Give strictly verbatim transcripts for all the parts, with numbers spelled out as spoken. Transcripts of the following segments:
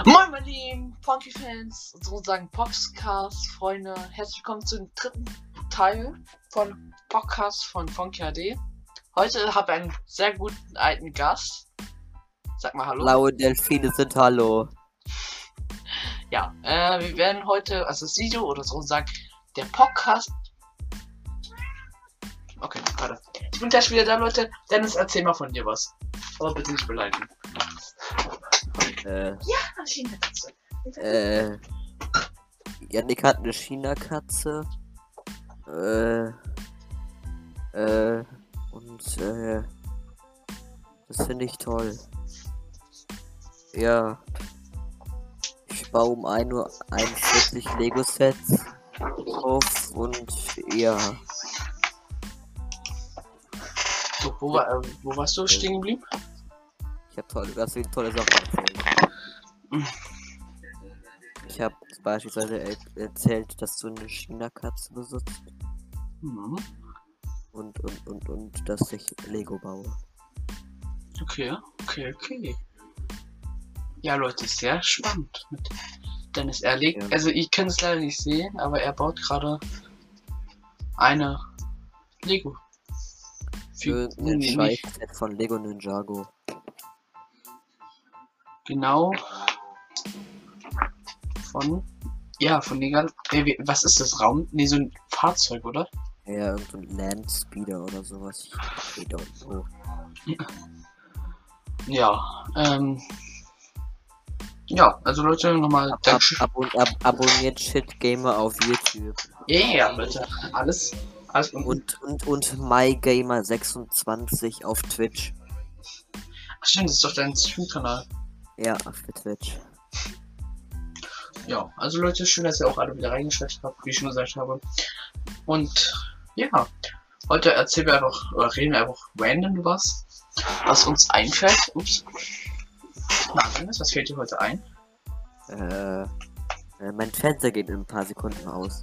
Moin meine lieben Funky-Fans und sozusagen Podcast-Freunde, herzlich willkommen zum dritten Teil von Podcast von Funky H D. Heute habe ich einen sehr guten alten Gast. Sag mal hallo. Blaue Delfine sind hallo. Ja, äh, wir werden heute, also das Video oder sozusagen der Podcast. Okay, warte. Ich bin gleich wieder da, Leute. Dennis, erzähl mal von dir was. Aber bitte nicht beleidigen. Äh, Ja, China-Katze. äh, Yannick hat eine China-Katze. Äh, äh, und, äh, das finde ich toll. Ja. Ich baue um ein Uhr einundvierzig Lego-Sets auf und, ja. So, wo, war, äh, wo warst du stehen geblieben? Ich habe tolle, das sind tolle Sachen erzählt. Ich habe beispielsweise er erzählt, dass du eine China-Katze besitzt. Mhm. Und, und, und, und, dass ich Lego baue. Okay, okay, okay. Ja, Leute, ist sehr spannend mit Dennis. Er legt, Ja. also ich kann es leider nicht sehen, aber er baut gerade eine Lego. Irgendein nee, Scheiß nicht. von Lego Ninjago. Genau. Von. Ja, von den ganzen. Äh, wie- was ist das? Raum? Nee, so ein Fahrzeug, oder? Ja, irgendein Landspeeder oder sowas. Ich don't know. Ja, ähm. Ja, also Leute, nochmal Ab, ab, Dankeschön. abon ab, abonniert Shit Gamer auf YouTube. Ja, yeah, Leute, alles. Alles unten. Und, und, und MyGamer sechsundzwanzig auf Twitch. Ach, stimmt, das ist doch dein Stream-Kanal. Ja, für Twitch. Ja, also Leute, schön, dass ihr auch alle wieder reingeschaltet habt, wie ich schon gesagt habe. Und ja, heute erzählen wir einfach, oder reden wir einfach random was, was uns einfällt. Ups. Na, Dennis, was fällt dir heute ein? Äh, äh, mein Fernseher geht in ein paar Sekunden aus.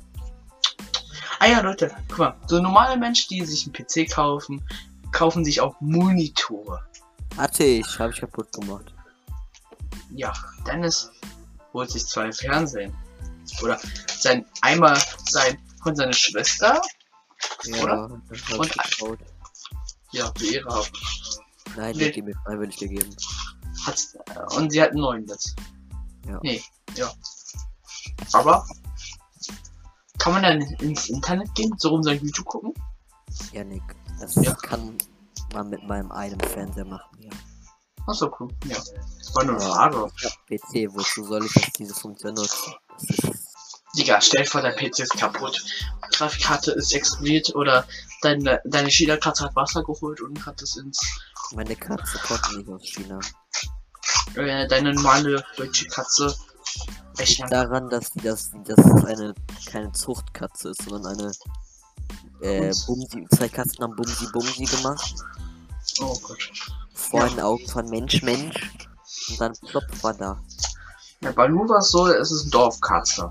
Ah ja, Leute, guck mal, so normale Menschen, die sich einen P C kaufen, kaufen sich auch Monitore. Hatte ich, habe ich kaputt gemacht. Ja, Dennis holt sich zwei Fernsehen. Oder sein, einmal sein, von seiner Schwester. Ja, Oder? das hab Und- ich geschaut. Ja, für ihre Haupt. Nein, Nee. die hat mir freiwillig gegeben. Hat, äh, und sie hat einen neuen jetzt. Ja. Nee, ja. Aber kann man dann ins Internet gehen, so rum sein YouTube gucken? Yannick, das Ja. kann man mit meinem einen Fernseher machen, ja. Achso, cool. Ja. Das war nur eine Frage. Ja, P C, wozu soll ich das, diese Funktion nutzen? Das ist, Digga, stell dir vor, dein P C ist kaputt. Grafikkarte ist explodiert oder deine, deine China-Katze hat Wasser geholt und hat es ins. meine Katze kommt nicht aus China. Äh, deine normale deutsche Katze. Echt, Liegt daran, dass die das, dass es eine keine Zuchtkatze ist, sondern eine äh, Und- Bumsi, zwei Katzen haben Bumsi Bumsi gemacht. oh Gott. Vor den Augen von Mensch Mensch. Und dann plopp war da. Ja, bei Lu war es so, es ist ein Dorfkatze.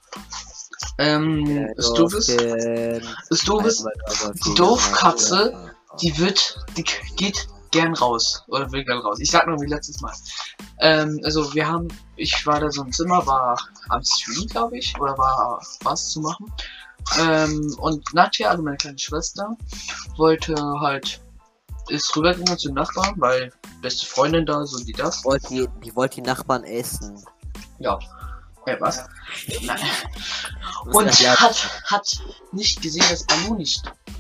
Ähm, Äh, ist du bist, Dorfkind, ist du bist, einmal aber die viel Dorfkatze, gemacht, ja. die wird, die k- geht gern raus. Oder will gern raus. Ich sag nur wie letztes Mal. Ähm, also wir haben, ich war da so im Zimmer, war am Stream, glaube ich, oder war was zu machen. Ähm, und Nadja, also meine kleine Schwester, wollte halt, ist rübergegangen zu den Nachbarn, weil beste Freundin da, so wie das. Wollt die, die wollte die Nachbarn essen. Ja. Äh, was? Nein. Das Und ist ja- hat, hat nicht gesehen, dass Anu nicht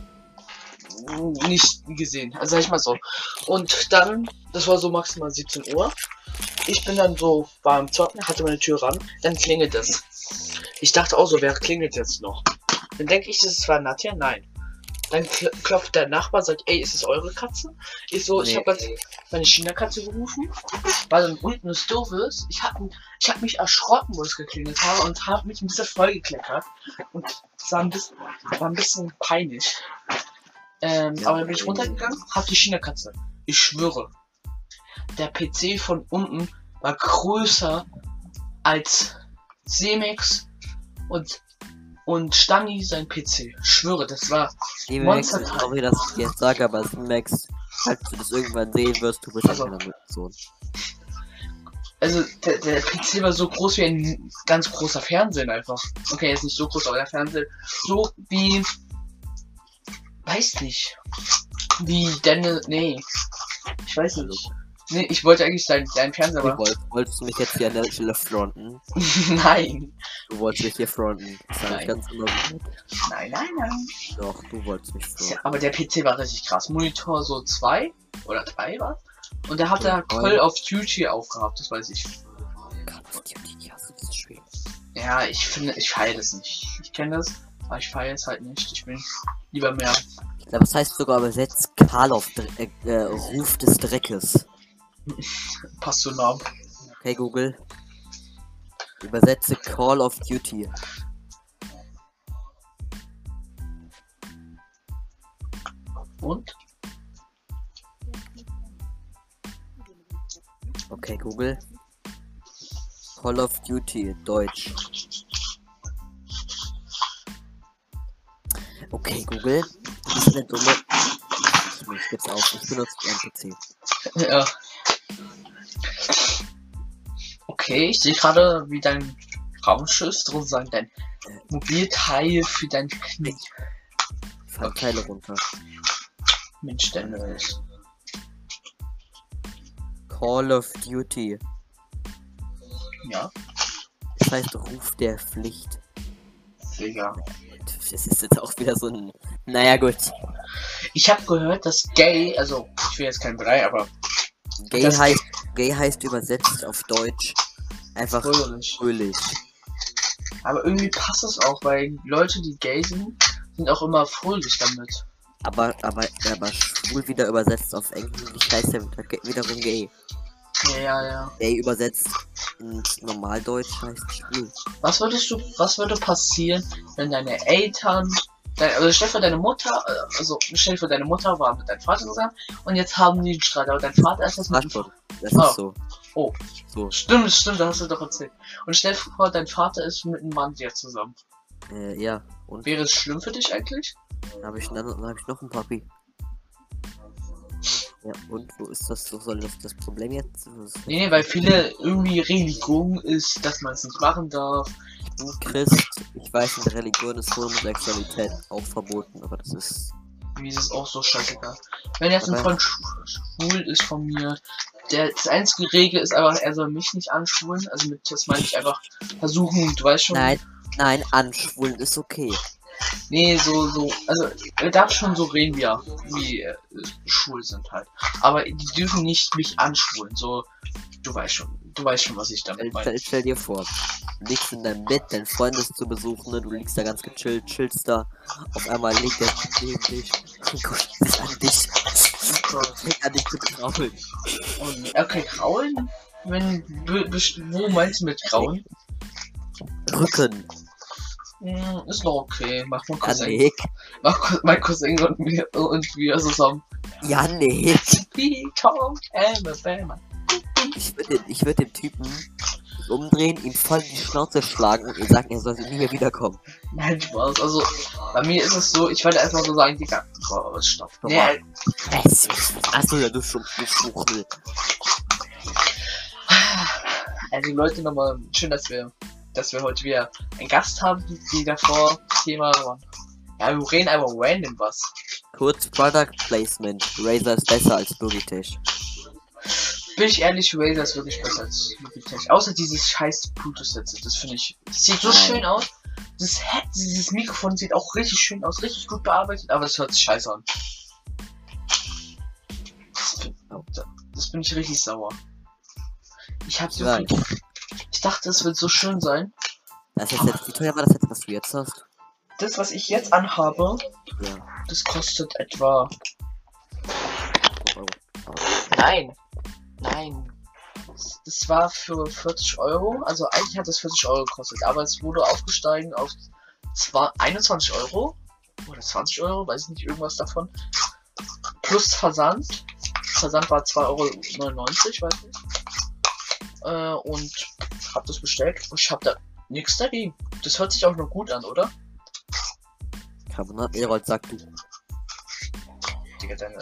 nicht gesehen. Also sag ich mal so. Und dann, das war so maximal siebzehn Uhr. Ich bin dann so, war am Zocken, hatte meine Tür ran, dann klingelt es. Ich dachte auch so, wer klingelt jetzt noch? Dann denke ich, das war Nadja, nein. Dann kl klopft der Nachbar, sagt, ey, ist es eure Katze? Ich so, ich Nee. habe jetzt meine China-Katze gerufen, weil dann unten das doof ist. Ich habe ich hab mich erschrocken, wo es geklingelt habe und habe mich ein bisschen vollgekleckert. Und das war ein bisschen, war ein bisschen peinlich. Ähm, Ja, aber dann bin ich okay. runtergegangen, hab die China-Katze. Ich schwöre, der P C von unten war größer als Semex und und Stani sein P C. Schwöre, das war Die Max, Monster- sorry, dass ich jetzt sage, aber Max, falls du das irgendwann sehen wirst, du bist Also. ein Sohn. Also der, der P C war so groß wie ein ganz großer Fernsehen einfach. Okay, jetzt nicht so groß, aber der Fernseher so wie, weiß nicht, wie Dennis, nee, ich weiß nicht. Nee, ich wollte eigentlich deinen dein Fernseher Du machen. wolltest, wolltest du mich jetzt hier an der Stelle fronten? Nein. Du wolltest mich hier fronten. Das war Nein. nicht ganz immer gut. Nein, nein, nein. Doch, du wolltest mich Ja, fronten. aber der P C war richtig krass. Monitor so zwei oder drei war. Und der hat Ja, da Call of Duty aufgehabt, das weiß ich. Call of Duty, ja, das ist schwer. Ja, ich finde, ich feiere das nicht. Ich kenne das, aber ich feiere es halt nicht. Ich bin lieber mehr. Ich glaube, das heißt sogar übersetzt Call of Dre äh, äh, Ruf des Dreckes. Passt so nah. Okay, Google. Übersetze Call of Duty. Und? Okay, Google. Call of Duty, Deutsch. Okay, Google. Du bist eine dumme. Ich gib's auf. Ich benutze einen P C. Ja. Okay, ich sehe gerade, wie dein Raumschiff sozusagen dein Mobilteil für dein Knie. Ich fall Teile runter. Mensch, Dennis. Call of Duty. Ja, Das heißt Ruf der Pflicht. Digga. Das ist jetzt auch wieder so ein. Naja, gut. Ich habe gehört, dass Gay, also ich will jetzt kein Brei, aber Gay Das- heißt. Gay heißt übersetzt auf Deutsch einfach fröhlich. fröhlich. Aber irgendwie passt das auch, weil Leute, die gay sind, sind auch immer fröhlich damit. Aber, aber, aber schwul wieder übersetzt auf Englisch heißt ja wieder, wiederum gay. Ja, ja, ja. Gay übersetzt ins Normaldeutsch heißt schwul. Was würdest du, was würde passieren, wenn deine Eltern, dein, also stell dir vor, deine Mutter, äh, also stell dir vor, deine Mutter war mit deinem Vater zusammen und jetzt haben die einen Streit, aber dein Vater ist das mit dem Schon. Das Oh. ist so. Oh. So. Stimmt, stimmt, da hast du doch erzählt. Und stell dir vor, dein Vater ist mit einem Mann jetzt zusammen. Äh, ja. Und Wäre es schlimm für dich eigentlich? dann habe ich, dann, dann hab ich noch einen Papi. Ja, und wo ist das? Wo soll das das Problem jetzt? Was- Nee, nee, weil viele irgendwie Religion ist, dass man es nicht machen darf. Ich bin Christ. Ich weiß, in der Religion ist Homosexualität auch verboten, aber das ist. Wie ist es auch so scheißegal. Wenn jetzt ein Okay. Freund schw- schwul ist von mir, der das einzige Regel ist aber, er soll mich nicht anschwulen. Also mit das meine ich einfach versuchen, du weißt schon. Nein, nein, anschwulen ist okay. Nee, so, so, also er darf schon so reden, wie er, wie äh, schwul sind halt. Aber die dürfen nicht mich anschwulen. So, du weißt schon, du weißt schon, was ich damit Stell, meine. stell, stell dir vor, du liegst in deinem Bett, dein Freund ist zu besuchen, ne? Du liegst da ganz gechillt, chillst da. Auf einmal liegt er neben dich und guckt sich an dich. Fängt an dich zu kraulen. Und okay, Kraulen? Wenn, b- best- wo meinst du mit Kraulen? Rücken. Hm, ist noch okay. Mach mal Cousin. Janik. Mach Cou- mein Cousin und mir und wir zusammen. Janik. Wie Tom Alabama. Ich würde den, ich würd den Typen sich umdrehen, ihm voll in die Schnauze schlagen und ihm sagen, er soll nie mehr wiederkommen. Nein, Spaß. Also, bei mir ist es so, ich wollte einfach so sagen, Digga, boah, stopp. Nee, Normal. Was? Achso, ja, du schon, du Schuchel. also Leute, nochmal schön, dass wir, dass wir heute wieder einen Gast haben, die davor Thema waren. Ja, wir reden einfach random was. Kurz Product Placement. Razer ist besser als Logitech. Bin ich ehrlich, Razer ist wirklich besser als Logitech. Außer dieses scheiß Bluetooth-Headset, das finde ich, das sieht so Nein. schön aus. Das Head, dieses Mikrofon sieht auch richtig schön aus, richtig gut bearbeitet, aber es hört sich scheiße an. Das, bin- das bin ich richtig sauer. Ich hab so Ja. viel, ich dachte, es wird so schön sein. Das ist jetzt, wie teuer war das jetzt, was du jetzt hast? Das, was ich jetzt anhabe, Ja. das kostet etwa, fünf Euro. nein, nein. Das- Das war für vierzig Euro, also eigentlich hat es vierzig Euro gekostet, aber es wurde aufgestiegen auf zwar einundzwanzig Euro oder zwanzig Euro, weiß ich nicht, irgendwas davon. Plus Versand. Versand war zwei Euro neunundneunzig, weiß ich. Äh, und hab das bestellt und ich hab da nichts dagegen. Das hört sich auch noch gut an, oder? Carbonat Erold, sag du. Digga, Dennis.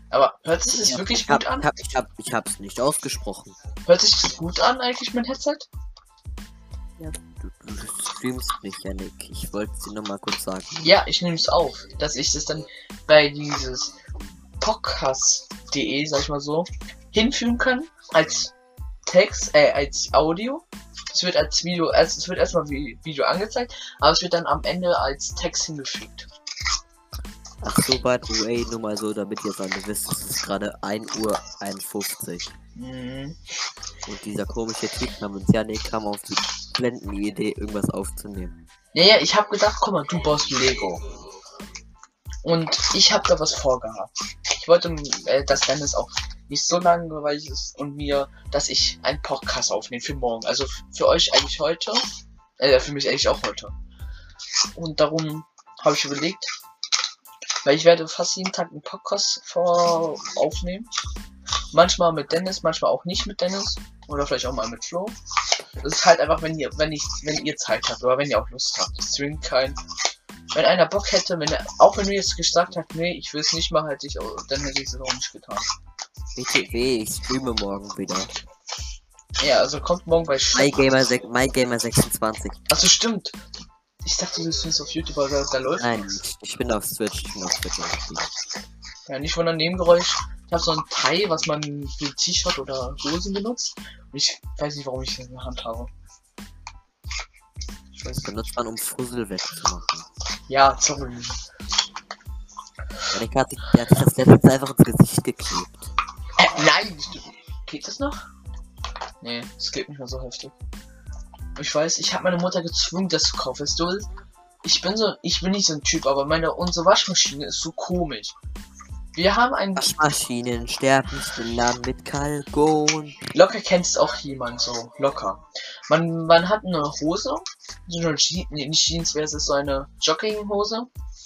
Aber hört sich das Ich hab- wirklich ich hab, gut an? Ich hab, ich hab, ich hab's nicht ausgesprochen. Hört sich das gut an eigentlich, mein Headset? Ja, du, du streamst nicht, Janik. Ich wollte es dir noch mal kurz sagen. Ja, ich nehme es auf, dass ich das dann bei dieses podcast punkt de, sag ich mal so, hinfügen kann als Text, äh, als Audio. Es wird als Video, also es wird erstmal wie Video angezeigt, aber es wird dann am Ende als Text hingefügt. Ach so, by the way, nur mal so, damit ihr es alle wisst, es ist gerade ein Uhr einundfünfzig. Mhm. Und dieser komische Typ namens Janik kam auf die blendende Idee, irgendwas aufzunehmen. Ja, ja, ich habe gedacht, guck mal, du baust Lego. Und ich habe da was vorgehabt. Ich wollte, äh, dass Dennis auch nicht so langweilig ist und mir, dass ich einen Podcast aufnehme für morgen. Also für euch eigentlich heute. Äh, für mich eigentlich auch heute. Und darum habe ich überlegt, weil ich werde fast jeden Tag einen Podcast vor aufnehmen. Manchmal mit Dennis, manchmal auch nicht mit Dennis. Oder vielleicht auch mal mit Flo. Das ist halt einfach, wenn ihr, wenn ich, wenn ihr Zeit habt oder wenn ihr auch Lust habt. Ich zwinge keinen. Wenn einer Bock hätte, wenn er, auch wenn du jetzt gesagt hast, nee, ich will es nicht machen, hätte ich auch, dann hätte ich es auch nicht getan. B T W, ich streame morgen wieder. Ja, also kommt morgen bei MyGamer, MyGamer sechsundzwanzig. Achso, stimmt. Ich dachte, du bist auf YouTube, aber da, da läuft Nein, nichts. ich, ich bin auf Switch, ich bin auf Twitch. Ja, nicht von der Nebengeräusch. Ich habe so ein Teil, was man für T-Shirt oder Hosen benutzt. Und ich weiß nicht, warum ich das in der Hand habe. Ich weiß Das nicht. benutzt man, um Fussel wegzumachen. Ja, sorry. Janik hat, sich- der hat sich das letztens einfach ins Gesicht geklebt. Äh, nein! stimmt. Geht das noch? Nee, es geht nicht mehr so heftig. Ich weiß, ich habe meine Mutter gezwungen, das zu kaufen. Weißt du, ich bin so, ich bin nicht so ein Typ, aber meine, unsere Waschmaschine ist so komisch. Wir haben einen, Waschmaschinen sterben schneller mit Kalkon. locker kennt es auch jemand so, locker. Man, man hat eine Hose, so eine Je nee, nicht Jeans, wäre es ist so eine Jogginghose,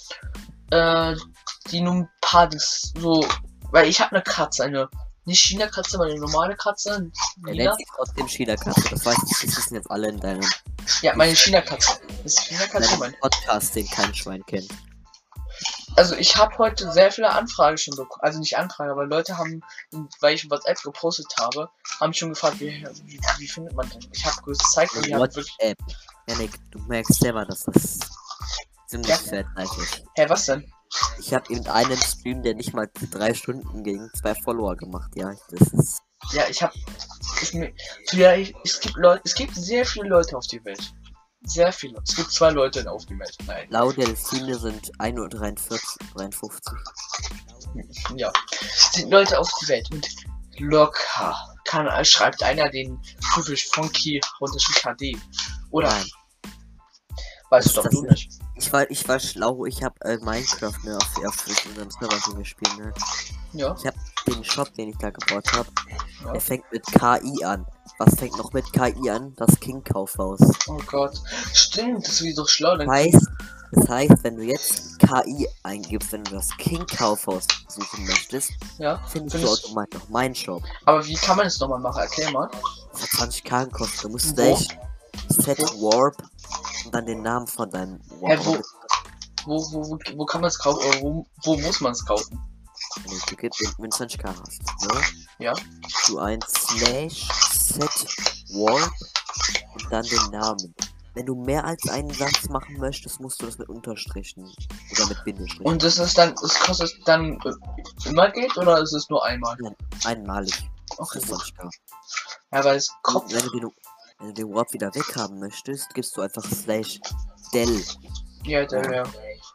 äh, die nun ein paar, das, so, weil ich habe eine Katze, eine, nicht China-Katze, sondern eine normale Katze, Er lila. nennt sich trotzdem China-Katze. Das weiß ich, das wissen jetzt alle in deinem, Ja, meine China-Katze. Das ist China-Katze, mein. deinem Podcast, den kein Schwein kennt. Also ich habe heute sehr viele Anfragen schon bekommen, also nicht Anfragen, aber Leute haben, weil ich WhatsApp gepostet habe, haben schon gefragt, wie, wie, wie findet man denn? Ich habe gezeigt und die haben wirklich, WhatsApp. Janik, du merkst selber, dass das ziemlich Ja. fettreich ist. hä, was denn? Ich habe eben einen Stream, der nicht mal drei Stunden ging, zwei Follower gemacht, ja. Das ist. Ja, ich habe, ich, mir- vielleicht, es gibt Leute, es gibt sehr viele Leute auf die Welt. Sehr viele. Es gibt zwei Leute auf die Welt. Nein. Blaue Delfine sind ein Uhr dreiundvierzig, dreiundfünfzig. Ja. Es sind Leute auf die Welt und locker kann, schreibt einer den Prüfisch Funky Unterstrich H D. Oder Nein. weißt Das- du doch das du ist- nicht. Ich war, ich war schlau, ich habe äh, Minecraft ne, auf, auf unserem Server schon gespielt, ne. Ja. Den Shop, den ich da gebaut habe, Ja. der fängt mit K I an. Was fängt noch mit K I an? Das King Kaufhaus. Oh Gott. Stimmt, das ist so schlau. Das Dann heißt, das heißt, wenn du jetzt K I eingibst, wenn du das King Kaufhaus suchen möchtest, ja. findest du Findest- automatisch noch meinen Shop. Aber wie kann man das nochmal machen? Erklär mal. Das hat zwanzig K gekostet. Du musst Wo? gleich Set Warp und dann den Namen von deinem Hä, Warp. wo, wo, wo, wo, wo kann man es kaufen? Oder wo, wo muss man es kaufen? Nee, du gibst, wenn du zwanzig K hast, ne? Ja. Du ein Slash Set Warp und dann den Namen. Wenn du mehr als einen Satz machen möchtest, musst du das mit Unterstrichen oder mit Bindestrichen. Und das ist dann, es kostet dann äh, immer Geld oder ist es nur einmal? Einmalig. Okay, Das ist gut. zwanzig K. Ja, weil es kommt. Und wenn du den, wenn du den Warp wieder weghaben möchtest, gibst du einfach Slash Del. Ja, der, ja.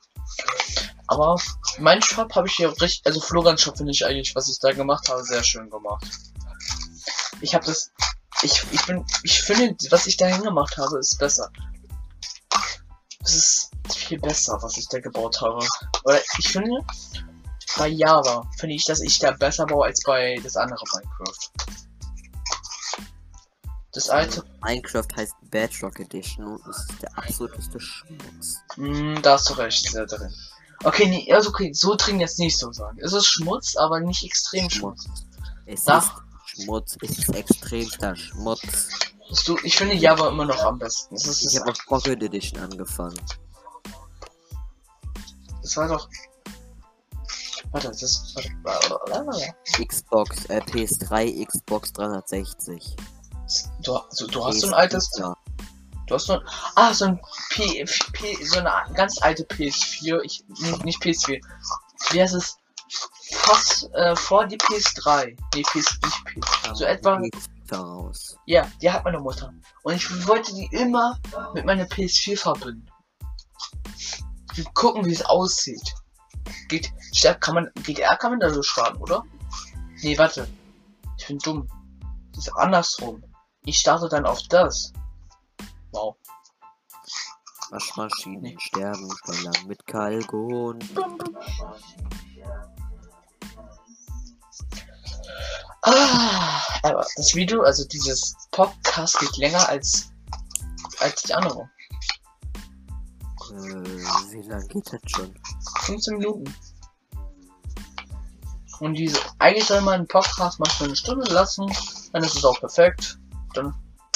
Aber mein Shop habe ich hier richtig, also Florian Shop finde ich eigentlich, was ich da gemacht habe, sehr schön gemacht. Ich habe das, ich, ich bin, ich finde, was ich da hingemacht habe, ist besser. Es ist viel besser, was ich da gebaut habe. Oder ich finde, bei Java finde ich, dass ich da besser baue als bei das andere Minecraft. Das alte, Minecraft heißt Bedrock Edition und ist der absoluteste Schmutz. mh, da hast du recht, sehr drin. Okay, nee, also okay, so dringend jetzt nicht so sagen. Es ist Schmutz, aber nicht extrem Schmutz. Es Da- ist Schmutz, es ist extremster Schmutz. Bist du, ich finde Java immer noch am besten. Das, ist, Ich das, habe auf Pocket Edition angefangen. das war doch. Warte, das warte, Xbox, äh, P S drei, Xbox dreihundertsechzig. du, so, du hast so ein altes. Ja. Du hast so ein. Ah, so ein P, P so eine ganz alte P S vier. Ich. Nicht P S vier. Wie heißt es? Fast äh, vor die P S drei. Nee, P S, nicht P S drei. So etwa. Raus. Ja, die hat meine Mutter. Und ich wollte die immer mit meiner P S vier verbinden. Und gucken, wie es aussieht. Geht, kann man, G T A kann man da so starten, oder? Nee, warte. Ich bin dumm. Das ist andersrum. Ich starte dann auf das. Wow. Waschmaschinen Nee. sterben schneller mit Kalgon. Ah, aber das Video, also dieses Podcast geht länger als als die andere. Äh, wie lange geht das schon? fünfzehn Minuten. Und diese, eigentlich soll man einen Podcast mal für eine Stunde lassen, dann ist es auch perfekt. Dann,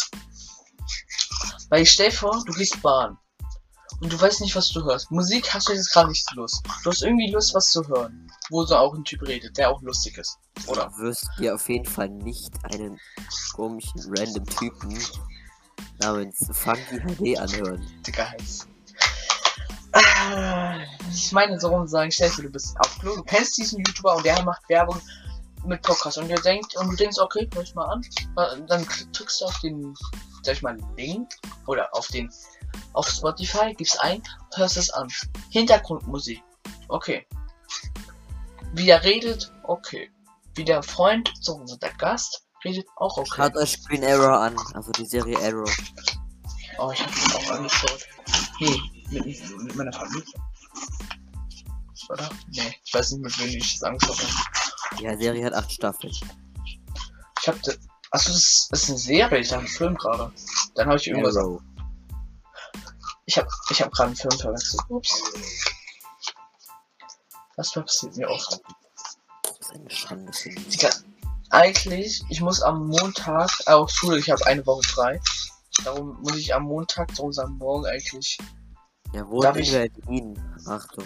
weil ich stell vor, du gehst Bahn und du weißt nicht, was du hörst. Musik hast du jetzt gerade nicht so Lust. Du hast irgendwie Lust, was zu hören, wo so auch ein Typ redet, der auch lustig ist. Oder? Du wirst dir auf jeden Fall nicht einen komischen random Typen namens Funky H D anhören. Digga, heiß. Ah, ich meine, so rum sagen, stell dir, du bist auf Klo, du kennst diesen YouTuber und der macht Werbung mit Podcast und der denkt, und du denkst, okay, hör ich mal an. Dann drückst du auf den, sag ich mal, Link oder auf den, auf Spotify, gibst ein, hörst es an. Hintergrundmusik, okay. Wie der redet, okay. Wie der Freund, so der Gast, redet auch okay. Schaut euch Green Arrow an, also die Serie Arrow. Oh, ich hab das auch angeschaut. Nee, mit, mit meiner Familie. Oder? Nee, ich weiß nicht, mit wem ich das angeschaut habe. Die Serie hat acht Staffeln. Ich hab da. Achso, das ist eine Serie, ich dachte einen Film gerade. Dann habe ich irgendwas. Arrow. Ich hab, ich hab gerade einen Film verwechselt. Ups. Was passiert mir oft? Das ist eine Schande, finde ich. Digga, eigentlich, ich muss am Montag, äh, auf Schule, ich habe eine Woche frei. Darum muss ich am Montag, darum sagen morgen eigentlich. Ja, wo Darf in ich- Berlin? Achtung.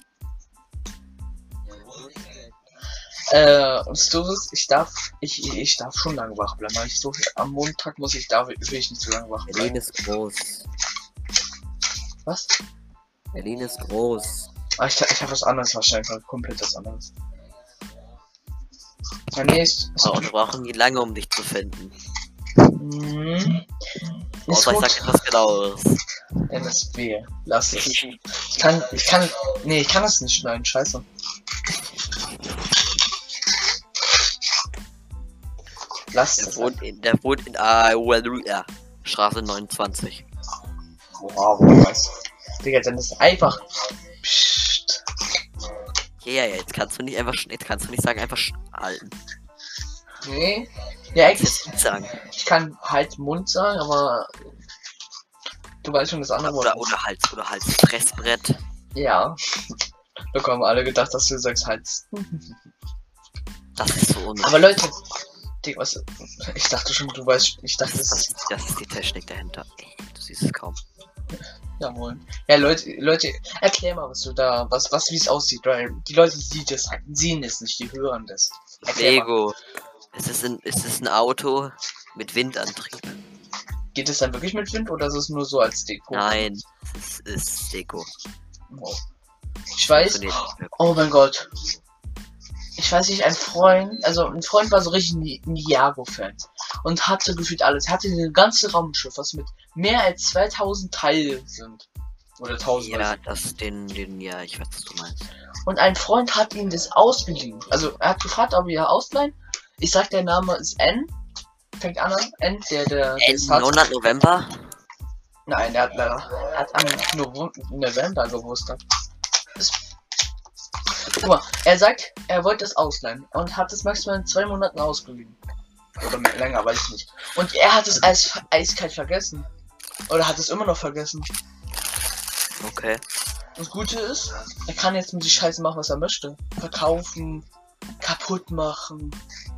Äh, und Stories, ich darf, ich, ich darf schon lange wach bleiben. weil Ich so, am Montag muss ich, da will ich nicht so lange wach Berlin bleiben. ist groß. Was? Berlin ist groß. Ah, ich, ich habe was anderes wahrscheinlich, halt komplett was anderes. Ja, nee, ist, ist, Aber wir brauchen nie lange, um dich zu finden. mm, ist Außer ich gut. sag etwas genaueres. Denn es weh. Lass es. Ich kann, ich kann, nee, ich kann das nicht schneiden, scheiße. Lass Der es. wohnt in, der wohnt in äh, Straße neunundzwanzig. Wow, wo weißt du? Digga, dann ist einfach. Psst. Ja, ja, ja, jetzt kannst du nicht einfach, sch- jetzt kannst du nicht sagen, einfach sch- halten. Nee. Ja, Kannst eigentlich, jetzt nicht sagen. ich kann halt Mund sagen, aber du weißt schon das andere Wort. Oder, oder Hals, oder Hals, Fressbrett. Ja. Da haben alle gedacht, dass du sagst Hals. Das ist so unnötig. Aber Leute, Digga, was? Ich dachte schon, du weißt, ich dachte, Das, das das, das ist die Technik dahinter. Du siehst es kaum. Jawohl. Ja, Leute, Leute, erklär mal, was du da, was, was, wie es aussieht, weil die Leute sehen das, sehen es nicht, die hören das. Erklär mal. Lego. Es ist, ein, es ist ein Auto mit Windantrieb. Geht es dann wirklich mit Wind oder ist es nur so als Deko? Nein, es ist, ist Deko. Wow. Ich weiß, Funktioniert nicht mehr. oh mein Gott. Ich weiß nicht, ein Freund, also ein Freund war so richtig ein Ninjago-Fan und hatte gefühlt alles. Er hatte ein ganze Raumschiff, was mit mehr als zweitausend Teilen sind. Oder tausend. Ja, das, den, den, ja, ich weiß, was du meinst. Und ein Freund hat ihm das ausgeliehen. Also er hat gefragt, ob er ausleihen. Ich sag, der Name ist N. Fängt an an. N, der, der, der es hat. neunhundert November? Nein, der hat leider. Er hat am November, November Geburtstag. Das- Guck mal, er sagt, er wollte es ausleihen und hat es maximal in zwei Monaten ausgeliehen. Oder mehr, länger, weiß ich nicht. Und er hat es als eiskalt vergessen. Oder hat es immer noch vergessen. Okay. Das Gute ist, er kann jetzt mit die Scheiße machen, was er möchte. Verkaufen, kaputt machen.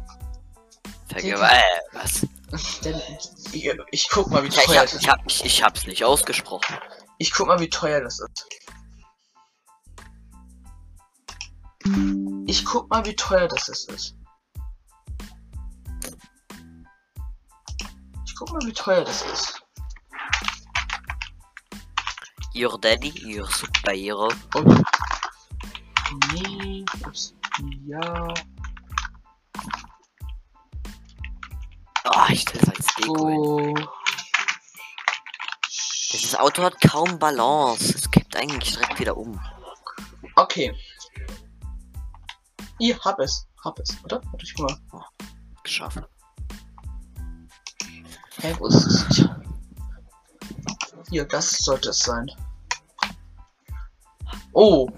Vergib äh, was? Denn ich, ich guck mal, wie Ja, ich, teuer hab, das ist. ich, hab, ich, ich hab's nicht ausgesprochen. Ich guck mal, wie teuer das ist. Ich guck mal, wie teuer das ist. Ich guck mal, wie teuer das ist. Your daddy, your superhero. Und nee, ups, ja. Oh, ich will das als Deko hin. So. Dieses Auto hat kaum Balance. Es kippt eigentlich direkt wieder um. Okay. Ich hab es. Hab es, oder? Warte, ich guck mal. Geschafft. Hä, wo ist es? Ich... Hier, das sollte es sein. Oh.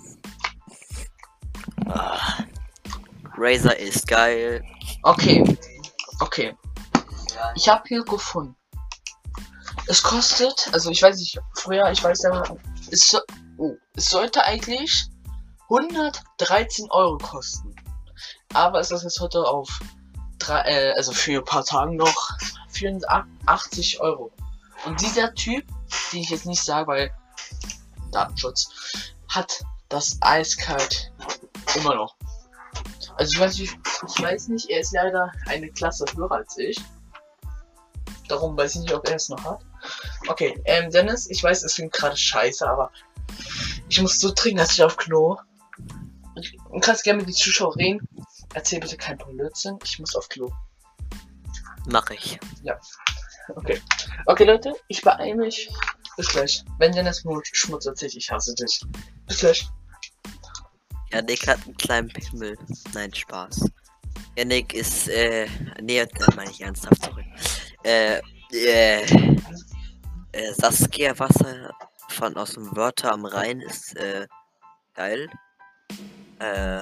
Ah. Razer ist geil. Okay. Okay. Ich habe hier gefunden. Es kostet, also ich weiß nicht, früher, ich weiß ja, es, so, oh, es sollte eigentlich hundertdreizehn Euro kosten. Aber es ist jetzt heute auf, drei, äh, also für ein paar Tage noch vierundachtzig Euro. Und dieser Typ, den ich jetzt nicht sage, weil Datenschutz, hat das eiskalt immer noch. Also ich weiß nicht, ich weiß nicht, er ist leider eine Klasse höher als ich. Darum weiß ich nicht, ob er es noch hat. Okay, ähm, Dennis, ich weiß, es klingt gerade scheiße, aber ich muss so trinken, dass ich auf Klo. Du kannst gerne mit den Zuschauern reden. Erzähl bitte kein Blödsinn, ich muss auf Klo. Mach ich. Ja. Okay. Okay, Leute, ich beeile mich. Bis gleich. Wenn Dennis nur Schmutz erzählt, ich hasse dich. Bis gleich. Janik hat einen kleinen Pimmel. Nein, Spaß. Janik ist, äh, nee, da meine ich ernsthaft, sorry. Äh, äh, äh, Saskia Wasser von aus dem Wörter am Rhein ist, äh, geil. Äh,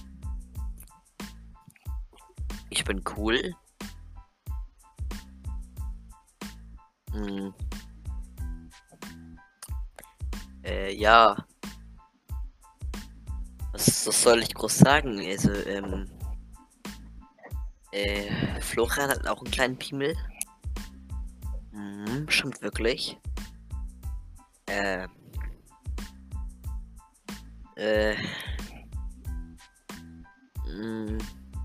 ich bin cool. Hm. Äh, ja. Was, was soll ich groß sagen? Also, ähm. Äh, Florian hat auch einen kleinen Pimmel. Hm, stimmt wirklich. Äh. Äh. Mh.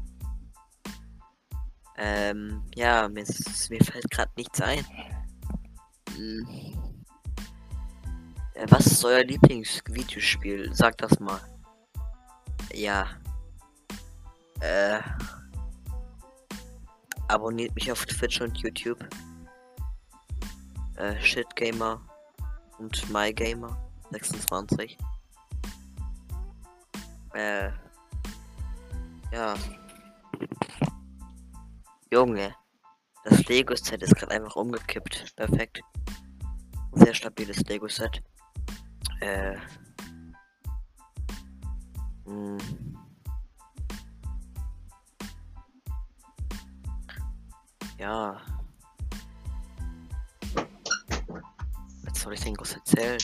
Ähm, ja, mir, ist, mir fällt gerade nichts ein. Hm. Äh, was ist euer Lieblingsvideospiel? Sagt das mal. Ja. Äh. Abonniert mich auf Twitch und YouTube. Äh, Shitgamer und MyGamer sechsundzwanzig. Äh. Ja. Junge. Das Lego-Set ist gerade einfach umgekippt. Perfekt. Sehr stabiles Lego-Set. Äh. Mh. Ja. Was soll ich denn groß erzählen?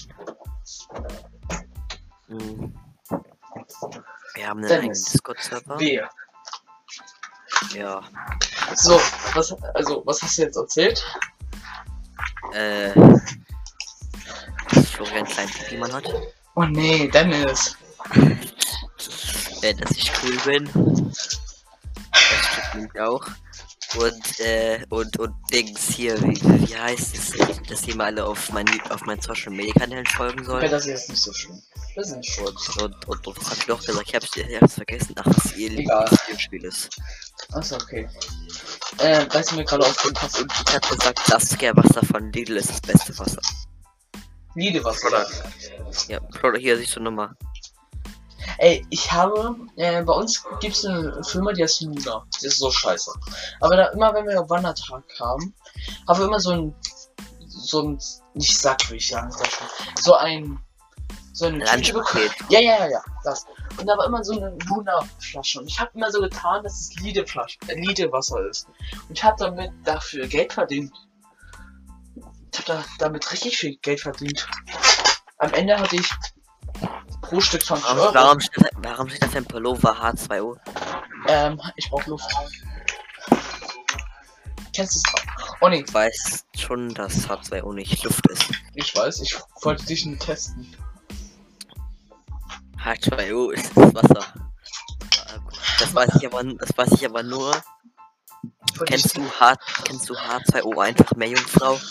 Hm. Wir haben einen eigenen Discord-Server. Wer? Ja. So, was, also, was hast du jetzt erzählt? Äh. Dass Florian kleinen Pipi-Mann hat. Oh nee, Dennis. Äh, dass ich cool bin. Das stimmt nämlich auch. Und, äh, und, und Dings hier, wie, wie heißt es, dass die mal alle auf mein, auf meinen Social Media Kanälen folgen sollen. Okay, das ist jetzt nicht so schlimm. Das ist nicht schuld. Und, und, und was hab ich doch gesagt? Ich hab's, ich hab's vergessen. Ach, was ihr Egal. Lieblingsspiel ist. Achso, okay. Äh, weißt du mir gerade aufgehört hast? Und ich hab gesagt, das Wasser von Lidl ist das beste Wasser. Lidl was, oder? Ja, Product, hier siehst du Nummer. Ey, ich habe, äh, bei uns gibt es eine Firma, die heißt Luna. Die ist so scheiße. Aber da immer, wenn wir Wandertag haben, haben wir immer so ein, so ein, nicht Sack, will ich sagen, sag schon, so ein, so eine Tüte bekommen. Ja, ja, ja, ja, das. Und da war immer so eine Luna-Flasche. Und ich habe immer so getan, dass es Lidl-Flasche, äh, Lidl-Wasser ist. Und ich habe damit dafür Geld verdient. Ich habe da, damit richtig viel Geld verdient. Am Ende hatte ich pro Stück zwanzig Euro. Warum steht, warum steht das ein Pullover H zwei O? Ähm, ich brauch Luft. Kennst du es? Oh nee. Ich weiß schon, dass H zwei O nicht Luft ist. Ich weiß, ich wollte dich nur testen. H zwei O ist das Wasser. Das weiß ich aber, das weiß ich aber nur. Kennst du H, kennst du H zwei O einfach Meerjungfrau?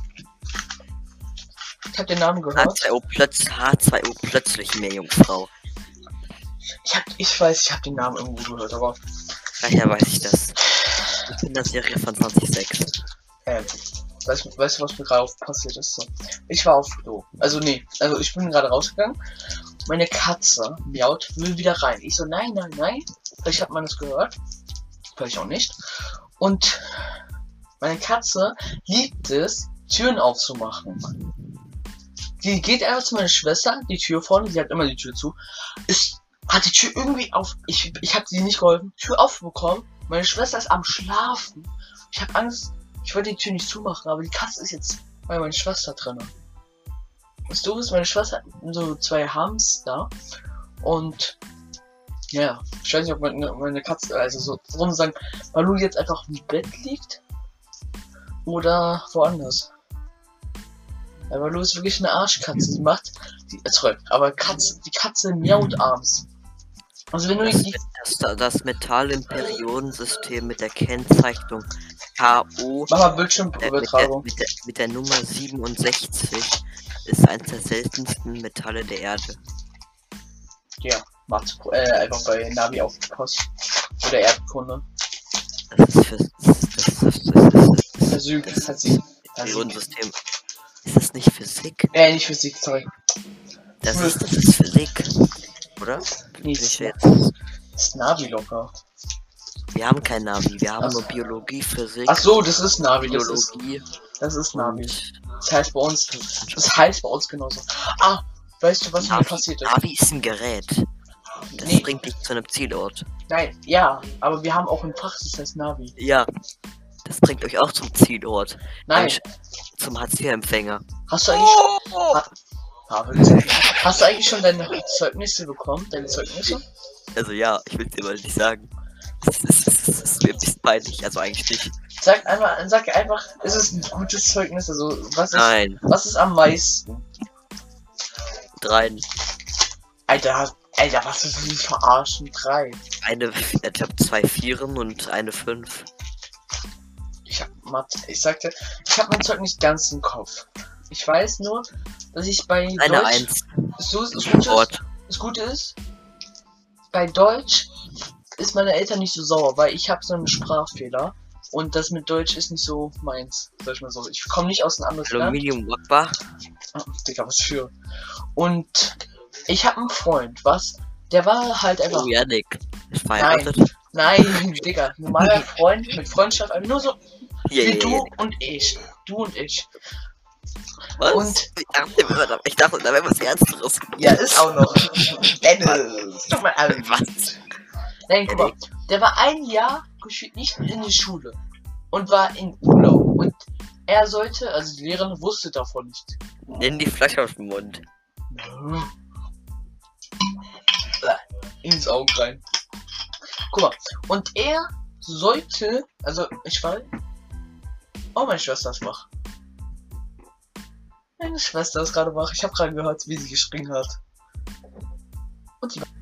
Ich hab den Namen gehört. H zwei O plötzlich, H zwei O plötzlich Meerjungfrau. Ich hab, ich weiß, ich hab den Namen irgendwo gehört, aber. Daher weiß ich das. Die Kinderserie von zwanzig null sechs. Ähm, weißt, du- weißt du, was mir gerade auf passiert ist? So. Ich war auf Klo. Also nee, also ich bin gerade rausgegangen. Meine Katze miaut, will wieder rein. Ich so, nein, nein, nein. Vielleicht hat man es gehört. Vielleicht auch nicht. Und meine Katze liebt es, Türen aufzumachen. Die geht einfach zu meiner Schwester, die Tür vorne, die hat immer die Tür zu. Ist, hat die Tür irgendwie auf. Ich, ich habe sie nicht geholfen. Tür aufbekommen. Meine Schwester ist am Schlafen. Ich habe Angst. Ich wollte die Tür nicht zumachen, aber die Katze ist jetzt bei meiner Schwester drin. Was du bist, meine Schwester hat so zwei Hamster. Und ja, ich weiß nicht, ob meine, meine Katze, also so rum sagen, Balu jetzt einfach im Bett liegt oder woanders. Weil Balu ist wirklich eine Arschkatze. Die macht, die, äh, sorry, aber Katze, die Katze miaut abends. Also wenn du Das, die, das, das Metall im Periodensystem mit der Kennzeichnung K O mach mal äh, mit, der, Bildschirmübertragung. mit, der, mit der Nummer siebenundsechzig ist eines der seltensten Metalle der Erde. Ja, macht äh, einfach bei Navi aufgepasst. Oder Erdkunde. Das ist für das, das, das, das, Physik, das, das Physik. Periodensystem. Ist das nicht Physik? Äh, nicht Physik, sorry. Das ist, das ist Physik. Oder? Nee, Bin ist, ich jetzt? ist Navi locker. Wir haben kein Navi, wir haben Ach. nur Biologie, Physik, Ach so, das ist Navi, das ist, Biologie das ist Navi. und Das heißt bei uns, das heißt bei uns genauso. Ah, weißt du, was mir Navi, passiert ist? Navi ist ein Gerät. Das Nee. bringt dich zu einem Zielort. Nein, ja, aber wir haben auch ein Fach, das heißt Navi. Ja, das bringt euch auch zum Zielort. Nein, Nämlich zum Hartz vier Empfänger. hast du eigentlich schon, ha, ha, wirklich? Hast du eigentlich schon deine Zeugnisse bekommen? Deine Zeugnisse? Also ja, ich will dir mal nicht sagen. Das ist, das, ist, das ist mir ein bisschen peinlich, also eigentlich nicht. Sag einmal, sag einfach, ist es ein gutes Zeugnis? Also, was ist, Nein, was ist am meisten? drei. Alter, Alter, was ist das verarschen? Drei. Eine, ich glaube zwei Vieren und eine fünf. Ich hab Mathe, ich sagte, ich hab mein Zeug nicht ganz im Kopf. Ich weiß nur, dass ich bei Eine Deutsch, Eins. so das Gute, ist, Wort. das Gute ist, bei Deutsch ist meine Eltern nicht so sauer, weil ich habe so einen Sprachfehler und das mit Deutsch ist nicht so meins, sag ich mal so. Ich komme nicht aus einem anderen Land. Aluminium Wakba. Oh, Digga, was für. Und ich habe einen Freund, was? Der war halt einfach. Oh, Janik. Ist verheiratet? Nein, Digga, normaler Freund mit Freundschaft, aber nur so Ja, wie ja, du ja. und ich. Du und ich. Was? Und- ich dachte, immer da- ich dachte, da wäre was Ernsteres. Ja, ist auch noch. Dennis, tut mir leid. Was? Nein, guck mal, der war ein Jahr gefühlt nicht in der Schule und war in Urlaub. Und er sollte, also die Lehrerin wusste davon nicht. Nimm die Flasche auf den Mund. Ins Auge rein. Guck mal, und er sollte, also ich war. Oh, meine Schwester ist wach. Meine Schwester ist gerade wach. Ich habe gerade gehört, wie sie geschrien hat. Und die war